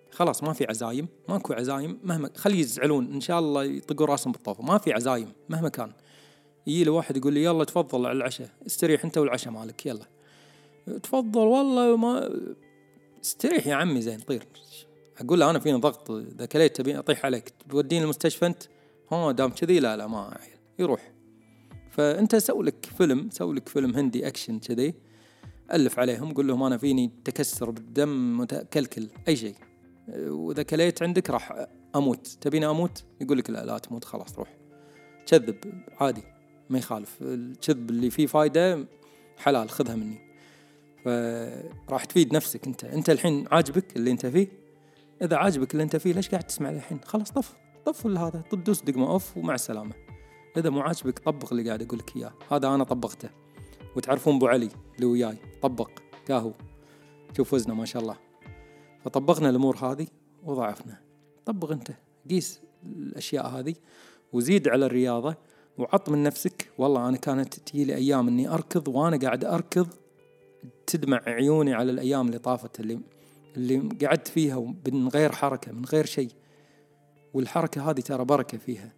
خلاص ما في عزايم، ماكو عزايم، مهما خلي يزعلون إن شاء الله يطقوا راسهم بالطوفة، ما في عزايم مهما كان. يجي له واحد يقول لي يلا تفضل على العشاء، استريح أنت والعشاء مالك، يلا تفضل والله ما استريح يا عمي زين طير. أقول له أنا فيني ضغط، إذا كليت تبي أطيح عليك توديني المستشفى أنت، ها دام كذي لا لا ما عيل يروح. فأنت سوي لك فيلم، سوي لك فيلم هندي أكشن كذي، ألف عليهم قل لهم أنا فيني تكسر بالدم متكلكل أي شيء، وإذا كليت عندك راح أموت، تبيني أموت؟ يقول لك لا لا تموت خلاص روح. كذب عادي ما يخالف، الكذب اللي فيه فايدة حلال خذها مني. فراح تفيد نفسك أنت. أنت الحين عاجبك اللي أنت فيه؟ إذا عاجبك اللي أنت فيه ليش قاعد تسمع الحين؟ خلاص طف طف هذا تدوس دقمة أوف ومع السلامة. إذا مو عاجبك طبق اللي قاعد أقولك إياه. هذا أنا طبقته، وتعرفون أبو علي اللي وياي طبق كاهو، شوف وزنه ما شاء الله. فطبقنا الأمور هذه وضعفنا. طبق أنت، قيس الأشياء هذه وزيد على الرياضة وعط من نفسك. والله أنا كانت تجيلي أيام أني أركض وأنا قاعد أركض تدمع عيوني على الأيام اللي طافت اللي اللي قعدت فيها من غير حركة من غير شيء. والحركة هذه ترى بركة فيها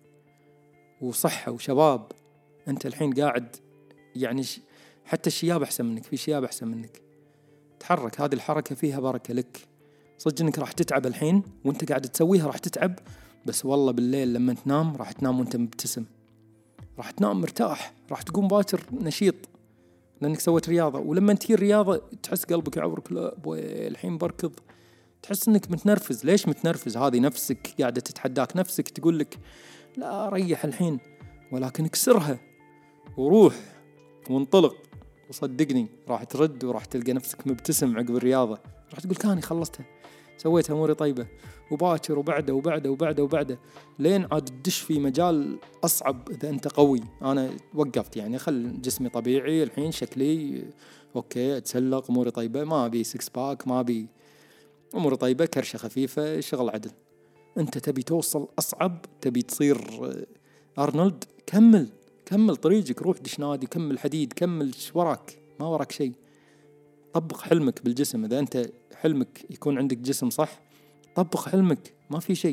وصحة وشباب. أنت الحين قاعد يعني حتى الشياب أحسن منك، في شياب أحسن منك. تحرك، هذه الحركة فيها بركة لك. صدق إنك راح تتعب الحين وأنت قاعد تسويها، راح تتعب، بس والله بالليل لما تنام راح تنام وأنت مبتسم، راح تنام مرتاح، راح تقوم باكر نشيط لأنك سويت رياضة. ولما تجي الرياضة تحس قلبك يعورك، لا بوي الحين بركض، تحس إنك متنرفز. ليش متنرفز؟ هذه نفسك قاعدة تتحداك، نفسك تقول لك لا ريح الحين، ولكن اكسرها وروح وانطلق. وصدقني راح ترد وراح تلقى نفسك مبتسم عقب الرياضة، راح تقول كاني خلصتها سويتها أموري طيبة، وباكر وبعده وبعده وبعده وبعده لين عاد تدش في مجال أصعب. إذا أنت قوي، أنا وقفت يعني خل جسمي طبيعي الحين شكلي أوكي، أتسلق أموري طيبة، ما أبي سكس باك، ما أبي أموري طيبة، كرشة خفيفة، شغل عدل. أنت تبي توصل أصعب، تبي تصير أرنولد، كمل كمل طريقك، روح دش نادي، كمل حديد، كمل وراك، ما وراك شيء. طبق حلمك بالجسم. إذا أنت حلمك يكون عندك جسم صح، طبق حلمك، ما في شيء.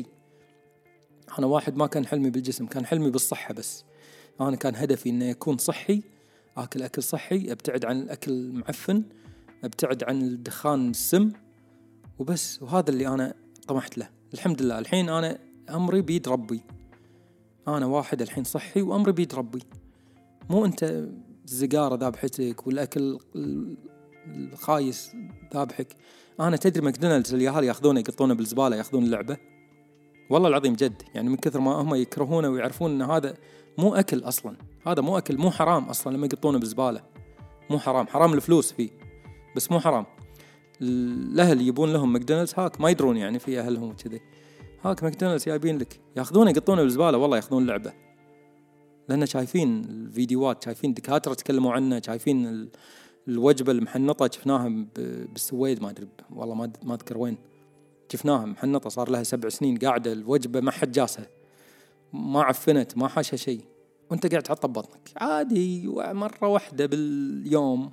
أنا واحد ما كان حلمي بالجسم، كان حلمي بالصحة بس. أنا كان هدفي إنه يكون صحي، أكل أكل صحي، أبتعد عن الأكل المعفن، أبتعد عن الدخان السم وبس. وهذا اللي أنا طمحت له. الحمد لله الحين أنا أمري بيد ربي، أنا واحد الحين صحي وأمري بيد ربي. مو أنت الزقارة ذابحتك والأكل الخايس ذابحك. أنا تدري ماكدونالدز اليهال يأخذونه يقطونه بالزبالة، يأخذون اللعبة، والله العظيم جد يعني من كثر ما هم يكرهونه ويعرفون أن هذا مو أكل أصلا، هذا مو أكل، مو حرام أصلا لما يقطونه بالزبالة، مو حرام، حرام الفلوس فيه بس مو حرام. الأهل يبون لهم ماكدونالدز هاك ما يدرون يعني في أهلهم وكذي، هاك ماكدونالدز جايبين لك، يأخذونه يقطونه بالزبالة، والله يأخذون اللعبة لأن شايفين الفيديوهات، شايفين دكاترة تكلموا عنه، شايفين الوجبة المحنطة شفناها بالسويد، ما أدري والله ما ما أذكر وين شفناها محنطة، صار لها سبع سنين قاعدة الوجبة ما حد جاسها، ما عفنت، ما حاشها شيء، وأنت قاعد تحط بطنك عادي مرة واحدة باليوم.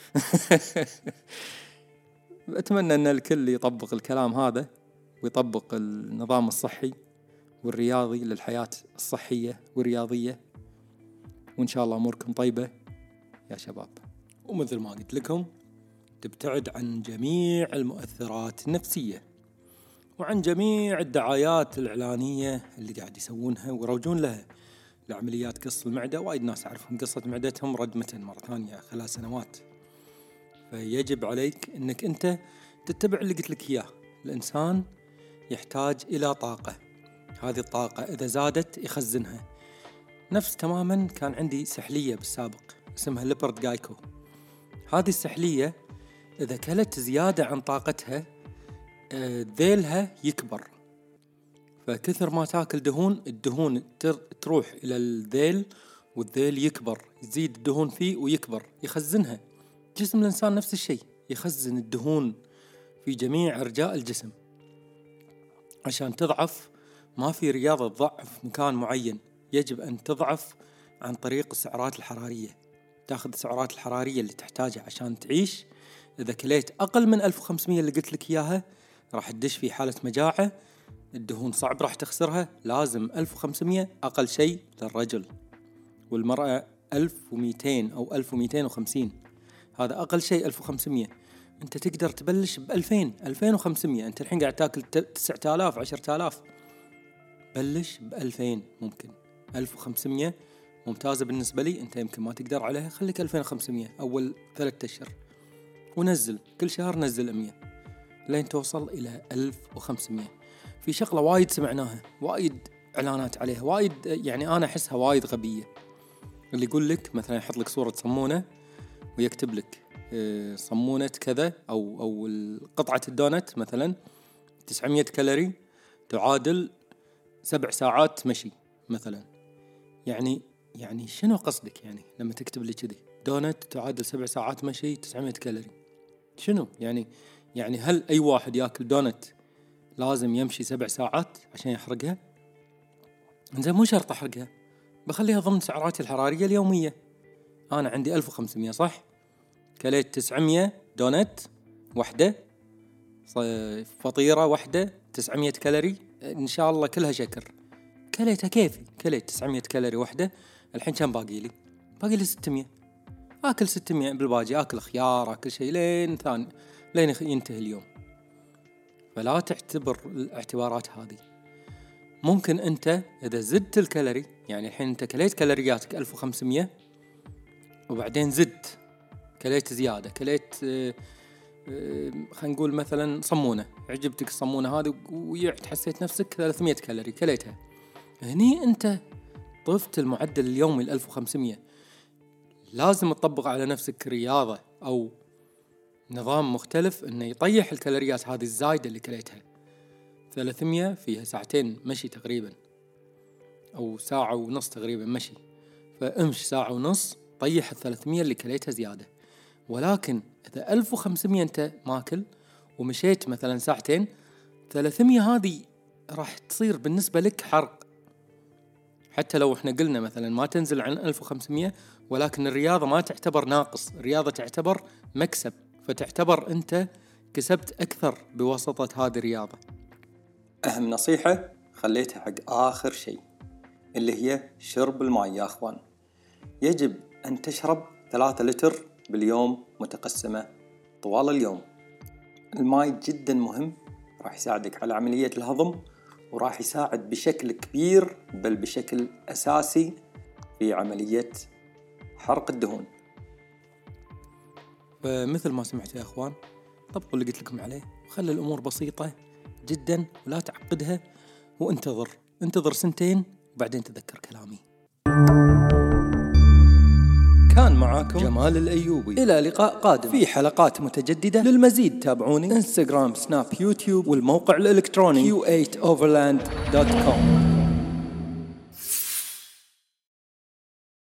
أتمنى أن الكل يطبق الكلام هذا ويطبق النظام الصحي والرياضي للحياة الصحية والرياضية، وإن شاء الله أموركم طيبة يا شباب. ومثل ما قلت لكم تبتعد عن جميع المؤثرات النفسية وعن جميع الدعايات الإعلانية اللي قاعد يسوونها ويروجون لها لعمليات قص المعدة. وايد ناس أعرفهم قصة معدتهم ردمة مرة ثانية خلال سنوات. فيجب عليك أنك أنت تتبع اللي قلت لك إياه. الإنسان يحتاج إلى طاقة، هذه الطاقة إذا زادت يخزنها. نفس تماما كان عندي سحلية بالسابق اسمها ليبرد جايكو. هذه السحلية إذا كلت زيادة عن طاقتها ذيلها يكبر، فكثر ما تاكل دهون الدهون تروح إلى الذيل والذيل يكبر، يزيد الدهون فيه ويكبر يخزنها. جسم الإنسان نفس الشيء، يخزن الدهون في جميع أرجاء الجسم. عشان تضعف ما في رياضة تضعف مكان معين، يجب أن تضعف عن طريق السعرات الحرارية. تأخذ السعرات الحرارية اللي تحتاجها عشان تعيش. إذا كليت أقل من ألف وخمسمية اللي قلت لك إياها راح تدش في حالة مجاعة، الدهون صعب راح تخسرها، لازم ألف وخمسمية أقل شيء للرجل، والمرأة ألف ومئتين أو ألف ومئتين وخمسين، هذا أقل شيء ألف وخمسمية. أنت تقدر تبلش بألفين ألفين وخمسمية. أنت الحين قاعد تاكل تسعة آلاف عشرة آلاف، بلش بألفين. ممكن ألف وخمسمية ممتازة بالنسبة لي، أنت يمكن ما تقدر عليها، خليك ألفين وخمسمية أول ثلاثة أشهر، ونزل كل شهر نزل مية لين توصل إلى ألف وخمسمية. في شغلة وايد سمعناها، وايد إعلانات عليها، وايد يعني أنا أحسها وايد غبية، اللي يقول لك مثلا يحط لك صورة صمونة ويكتب لك صمونة كذا أو أو قطعة الدونت مثلا تسعمية كالوري تعادل سبع ساعات مشي مثلا. يعني يعني شنو قصدك يعني لما تكتب لي كذي دونت تعادل سبع ساعات مشي تسعمية كالوري؟ شنو يعني؟ يعني هل أي واحد يأكل دونت لازم يمشي سبع ساعات عشان يحرقها؟ إنزين مو شرط أحرقها، بخليها ضمن سعراتي الحرارية اليومية. أنا عندي ألف وخمسمية صح؟ كليت تسعمية دونت واحدة، فطيرة واحدة تسعمية كالوري إن شاء الله كلها شكر، كليتها كيفي، كليت تسعمية كالوري واحدة. الحين كم باقي لي؟ باقي لي ستمية. آكل ستمية بالباجي، آكل خيار، آكل شيء لين ثاني لين ينتهي اليوم. فلا تعتبر الاعتبارات هذه. ممكن أنت إذا زدت الكالوري، يعني الحين أنت كليت كالورياتك ألف وخمسمية وبعدين زدت كليت زيادة، كليت اه اه خلينا نقول مثلا صمونة، عجبتك الصمونة هذه ويعت حسيت نفسك ثلاثمية كالوري كليتها، هني أنت ضفت المعدل اليومي لألف وخمسمية. لازم تطبق على نفسك رياضة أو نظام مختلف إنه يطيح الكالوريات هذه الزايدة اللي كليتها. ثلاثمية فيها ساعتين مشي تقريبا أو ساعة ونص تقريبا مشي، فامش ساعة ونص طيح الثلاثمية اللي كليتها زيادة. ولكن إذا ألف وخمسمية أنت ماكل ومشيت مثلا ساعتين، ثلاثمية هذه راح تصير بالنسبة لك حرق. حتى لو احنا قلنا مثلا ما تنزل عن ألف وخمسمية، ولكن الرياضة ما تعتبر ناقص، الرياضة تعتبر مكسب، فتعتبر أنت كسبت أكثر بواسطة هذه الرياضة. أهم نصيحة خليتها حق آخر شيء، اللي هي شرب الماء يا أخوان. يجب أن تشرب ثلاثة لتر باليوم متقسمة طوال اليوم. الماء جدا مهم، راح يساعدك على عملية الهضم، وراح يساعد بشكل كبير بل بشكل أساسي في عملية حرق الدهون. فمثل ما سمعت يا أخوان، طبقوا اللي قلت لكم عليه وخلي الأمور بسيطة جدا ولا تعقدها، وانتظر انتظر سنتين وبعدين تذكر كلامي. كان معاكم جمال الأيوبي، إلى لقاء قادم في حلقات متجددة. للمزيد تابعوني انستغرام، سناب، يوتيوب، والموقع الإلكتروني كيو إيت أوفرلاند دوت كوم.